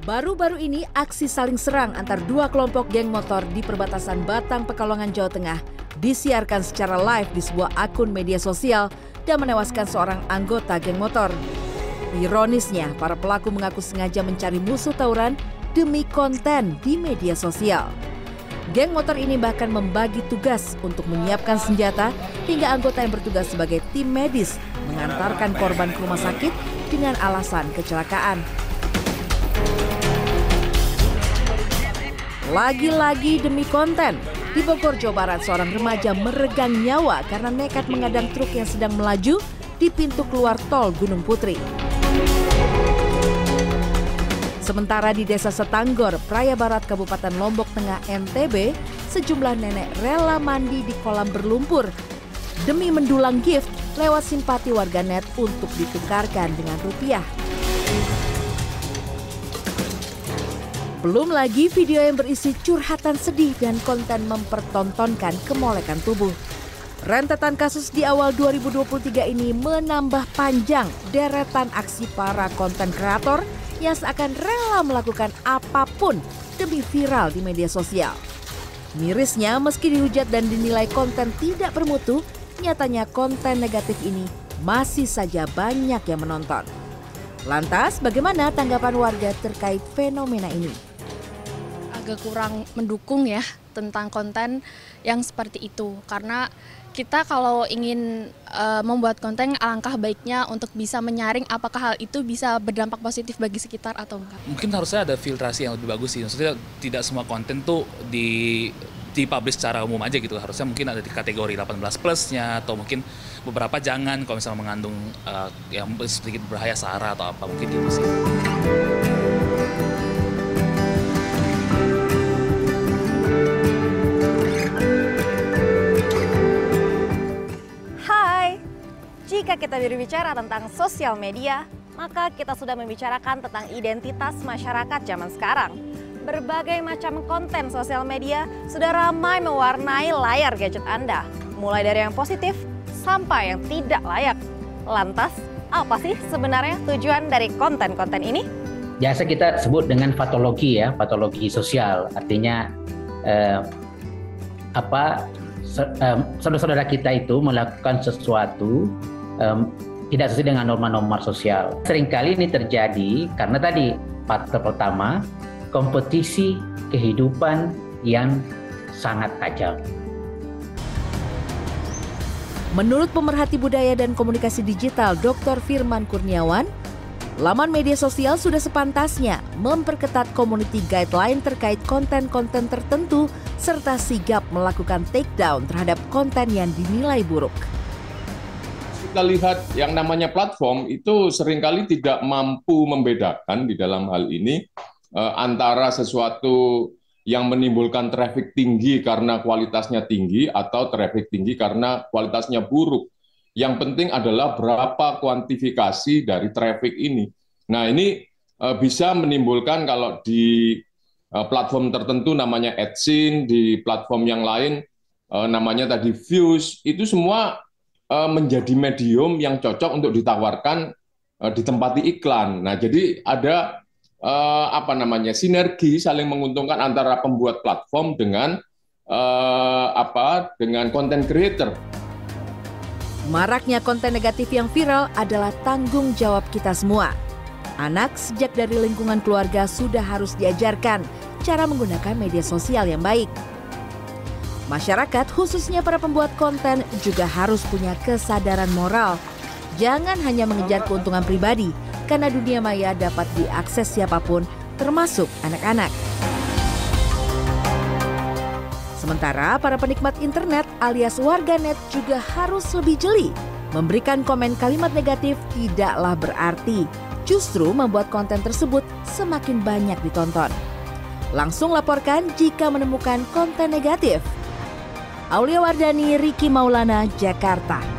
Baru-baru ini aksi saling serang antar dua kelompok geng motor di perbatasan Batang, Pekalongan, Jawa Tengah disiarkan secara live di sebuah akun media sosial dan menewaskan seorang anggota geng motor. Ironisnya, para pelaku mengaku sengaja mencari musuh tawuran demi konten di media sosial. Geng motor ini bahkan membagi tugas untuk menyiapkan senjata hingga anggota yang bertugas sebagai tim medis mengantarkan korban ke rumah sakit dengan alasan kecelakaan. Lagi-lagi demi konten, di Bogor, Jawa Barat, seorang remaja meregang nyawa karena nekat mengadang truk yang sedang melaju di pintu keluar tol Gunung Putri. Sementara di Desa Setanggor, Praia Barat, Kabupaten Lombok Tengah, NTB, sejumlah nenek rela mandi di kolam berlumpur demi mendulang gift lewat simpati warganet untuk ditukarkan dengan rupiah. Belum lagi video yang berisi curhatan sedih dan konten mempertontonkan kemolekan tubuh. Rentetan kasus di awal 2023 ini menambah panjang deretan aksi para konten kreator yang seakan rela melakukan apapun demi viral di media sosial. Mirisnya, meski dihujat dan dinilai konten tidak bermutu, nyatanya konten negatif ini masih saja banyak yang menonton. Lantas, bagaimana tanggapan warga terkait fenomena ini? Agak kurang mendukung ya tentang konten yang seperti itu, karena kita kalau ingin membuat konten, alangkah baiknya untuk bisa menyaring apakah hal itu bisa berdampak positif bagi sekitar atau enggak. Mungkin harusnya ada filtrasi yang lebih bagus sih, maksudnya tidak semua konten tuh dipublish secara umum aja gitu. Harusnya mungkin ada di kategori 18+-nya, atau mungkin beberapa jangan kalau misalnya mengandung yang sedikit berbahaya, sara atau apa, mungkin gitu sih. Jika kita berbicara tentang sosial media, maka kita sudah membicarakan tentang identitas masyarakat zaman sekarang. Berbagai macam konten sosial media sudah ramai mewarnai layar gadget Anda, mulai dari yang positif sampai yang tidak layak. Lantas, apa sih sebenarnya tujuan dari konten-konten ini? Biasa kita sebut dengan patologi ya, patologi sosial. Artinya saudara-saudara kita itu melakukan sesuatu tidak sesuai dengan norma-norma sosial. Seringkali ini terjadi karena tadi faktor pertama, kompetisi kehidupan yang sangat tajam. Menurut pemerhati budaya dan komunikasi digital Dr. Firman Kurniawan, laman media sosial sudah sepantasnya memperketat community guideline terkait konten-konten tertentu serta sigap melakukan takedown terhadap konten yang dinilai buruk. Kita lihat yang namanya platform itu seringkali tidak mampu membedakan di dalam hal ini antara sesuatu yang menimbulkan traffic tinggi karena kualitasnya tinggi atau traffic tinggi karena kualitasnya buruk. Yang penting adalah berapa kuantifikasi dari traffic ini. Nah, ini bisa menimbulkan kalau di platform tertentu namanya AdSense, di platform yang lain namanya tadi views, itu semua menjadi medium yang cocok untuk ditawarkan ditempati iklan. Nah, jadi ada sinergi saling menguntungkan antara pembuat platform dengan dengan content creator. Maraknya konten negatif yang viral adalah tanggung jawab kita semua. Anak sejak dari lingkungan keluarga sudah harus diajarkan cara menggunakan media sosial yang baik. Masyarakat, khususnya para pembuat konten, juga harus punya kesadaran moral. Jangan hanya mengejar keuntungan pribadi, karena dunia maya dapat diakses siapapun, termasuk anak-anak. Sementara para penikmat internet alias warganet juga harus lebih jeli. Memberikan komen kalimat negatif tidaklah berarti justru membuat konten tersebut semakin banyak ditonton. Langsung laporkan jika menemukan konten negatif. Aulia Wardani, Riki Maulana, Jakarta.